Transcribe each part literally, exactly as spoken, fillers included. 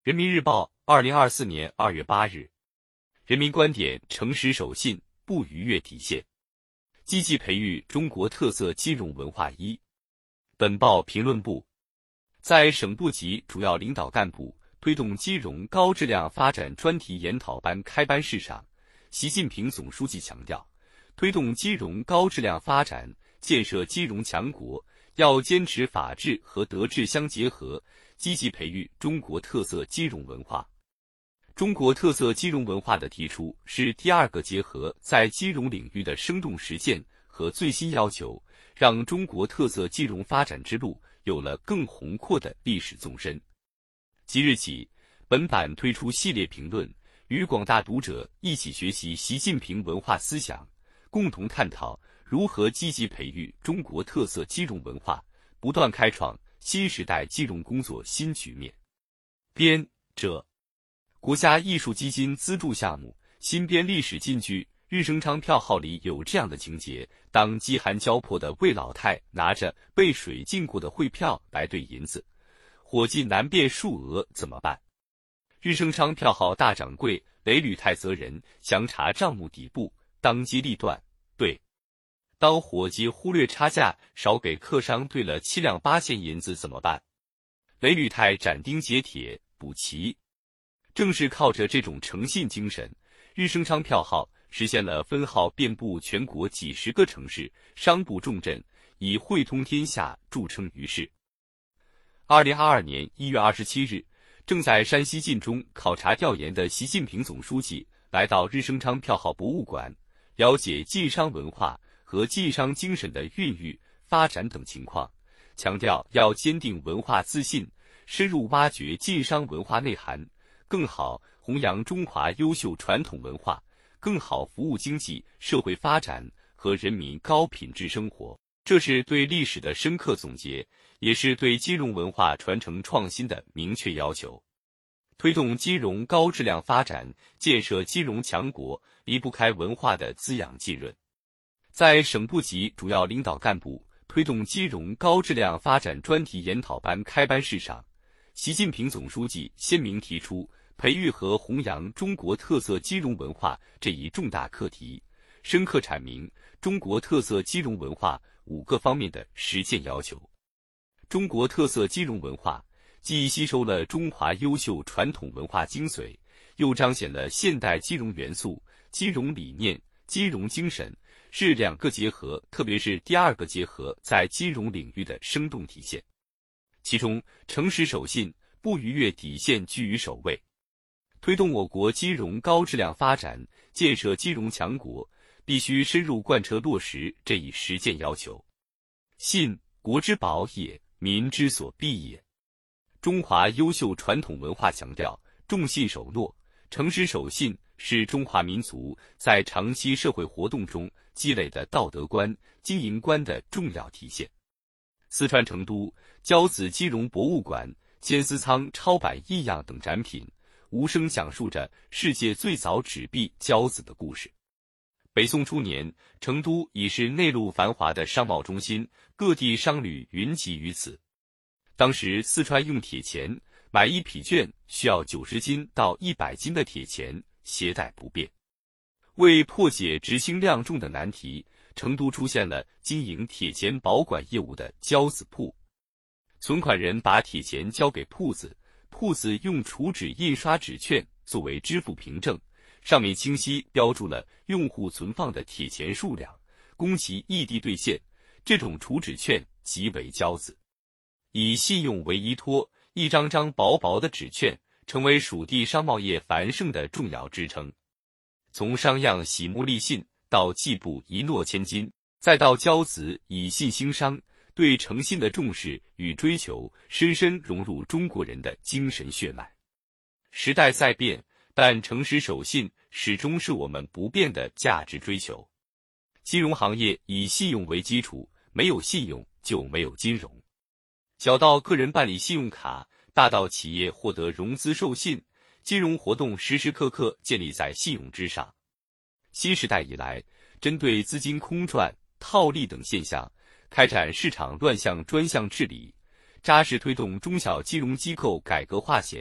人民日报，二零二四年二月八日。人民观点：诚实守信，不逾越底线，积极培育中国特色金融文化。一、本报评论部在省部级主要领导干部推动金融高质量发展专题研讨班开班式上，习近平总书记强调，推动金融高质量发展，建设金融强国，要坚持法治和德治相结合，积极培育中国特色金融文化。中国特色金融文化的提出是第二个结合在金融领域的生动实践和最新要求，让中国特色金融发展之路有了更宏阔的历史纵深。即日起，本版推出系列评论，与广大读者一起学习习近平文化思想，共同探讨如何积极培育中国特色金融文化，不断开创新时代金融工作新局面。编者：国家艺术基金资助项目新编历史晋剧《日升昌票号》里有这样的情节：当饥寒交迫的魏老太拿着被水浸过的汇票来兑银子，伙计难辨数额怎么办？日升昌票号大掌柜雷履泰责人详查账目底部，当机立断对。当伙计忽略差价，少给客商兑了七两八钱银子怎么办？雷履泰斩钉截铁补齐。正是靠着这种诚信精神，日升昌票号实现了分号遍布全国几十个城市，商埠重镇，以汇通天下著称于世。二零二二年一月二十七日，正在山西晋中考察调研的习近平总书记来到日升昌票号博物馆，了解晋商文化和晋商精神的孕育、发展等情况，强调要坚定文化自信，深入挖掘晋商文化内涵，更好弘扬中华优秀传统文化，更好服务经济社会发展和人民高品质生活。这是对历史的深刻总结，也是对金融文化传承创新的明确要求。推动金融高质量发展，建设金融强国，离不开文化的滋养浸润。在省部级主要领导干部推动金融高质量发展专题研讨班开班式上，习近平总书记鲜明提出培育和弘扬中国特色金融文化这一重大课题，深刻阐明中国特色金融文化五个方面的实践要求。中国特色金融文化既吸收了中华优秀传统文化精髓，又彰显了现代金融元素、金融理念、金融精神，是两个结合，特别是第二个结合在金融领域的生动体现。其中，诚实守信、不逾越底线居于首位。推动我国金融高质量发展，建设金融强国，必须深入贯彻落实这一实践要求。信，国之宝也，民之所必也。中华优秀传统文化强调重信守诺，诚实守信是中华民族在长期社会活动中积累的道德观、经营观的重要体现。四川成都交子金融博物馆千丝仓超版异样等展品，无声讲述着世界最早纸币交子的故事。北宋初年，成都已是内陆繁华的商贸中心，各地商旅云集于此。当时四川用铁钱，买一匹绢需要九十斤到一百斤的铁钱，携带不便。为破解执轻量重的难题，成都出现了经营铁钱保管业务的交子铺。存款人把铁钱交给铺子，铺子用储纸印刷纸券作为支付凭证，上面清晰标注了用户存放的铁钱数量，供其异地兑现。这种储纸券即为交子。以信用为依托，一张张薄薄的纸券成为属地商贸业繁盛的重要支撑。从商鞅喜木立信到季布一诺千金，再到交子以信兴商，对诚信的重视与追求深深融入中国人的精神血脉。时代在变，但诚实守信始终是我们不变的价值追求。金融行业以信用为基础，没有信用就没有金融。小到个人办理信用卡，大到企业获得融资授信，金融活动时时刻刻建立在信用之上。新时代以来，针对资金空转、套利等现象，开展市场乱象专项治理，扎实推动中小金融机构改革化前，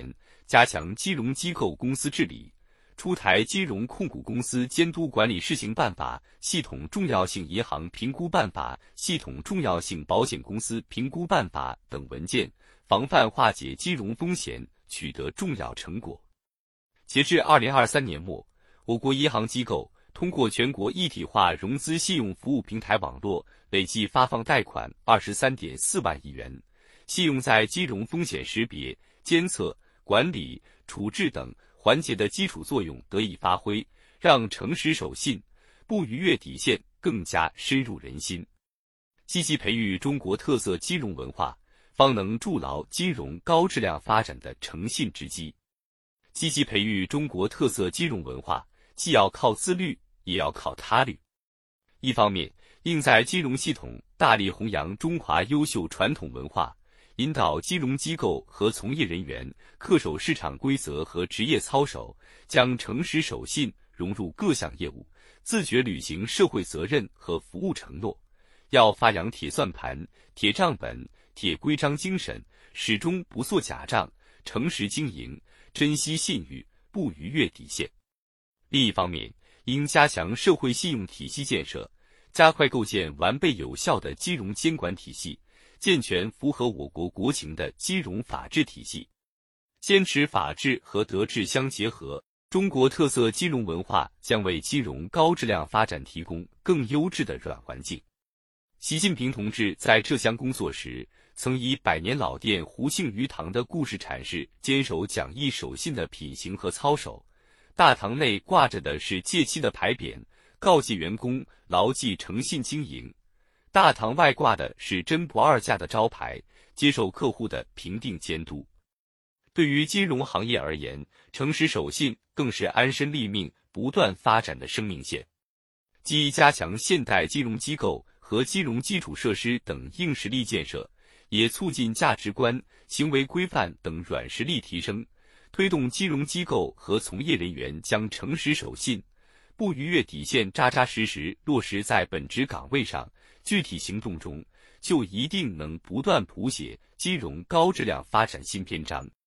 加强金融机构公司治理，出台金融控股公司监督管理试行办法、系统重要性银行评估办法、系统重要性保险公司评估办法等文件，防范化解金融风险取得重要成果。截至二零二三年末，我国银行机构通过全国一体化融资信用服务平台网络，累计发放贷款 二十三点四万亿元，信用在金融风险识别、监测、管理、处置等环节的基础作用得以发挥，让诚实守信、不逾越底线更加深入人心。积极培育中国特色金融文化，方能筑牢金融高质量发展的诚信之基。积极培育中国特色金融文化，既要靠自律，也要靠他律。一方面，应在金融系统大力弘扬中华优秀传统文化，引导金融机构和从业人员恪守市场规则和职业操守，将诚实守信融入各项业务，自觉履行社会责任和服务承诺。要发扬铁算盘、铁账本、铁规章精神，始终不做假账，诚实经营，珍惜信誉，不逾越底线。另一方面，应加强社会信用体系建设，加快构建完备有效的金融监管体系，健全符合我国国情的金融法治体系。坚持法治和德治相结合，中国特色金融文化将为金融高质量发展提供更优质的软环境。习近平同志在浙江工作时，曾以百年老店胡庆余堂的故事阐释坚守讲义守信的品行和操守。大堂内挂着的是戒期的牌匾，告诫员工牢记诚信经营；大堂外挂的是真不二价的招牌，接受客户的评定监督。对于金融行业而言，诚实守信更是安身立命、不断发展的生命线。既加强现代金融机构和金融基础设施等硬实力建设，也促进价值观、行为规范等软实力提升，推动金融机构和从业人员将诚实守信、不逾越底线扎扎实实落实在本职岗位上，具体行动中，就一定能不断谱写金融高质量发展新篇章。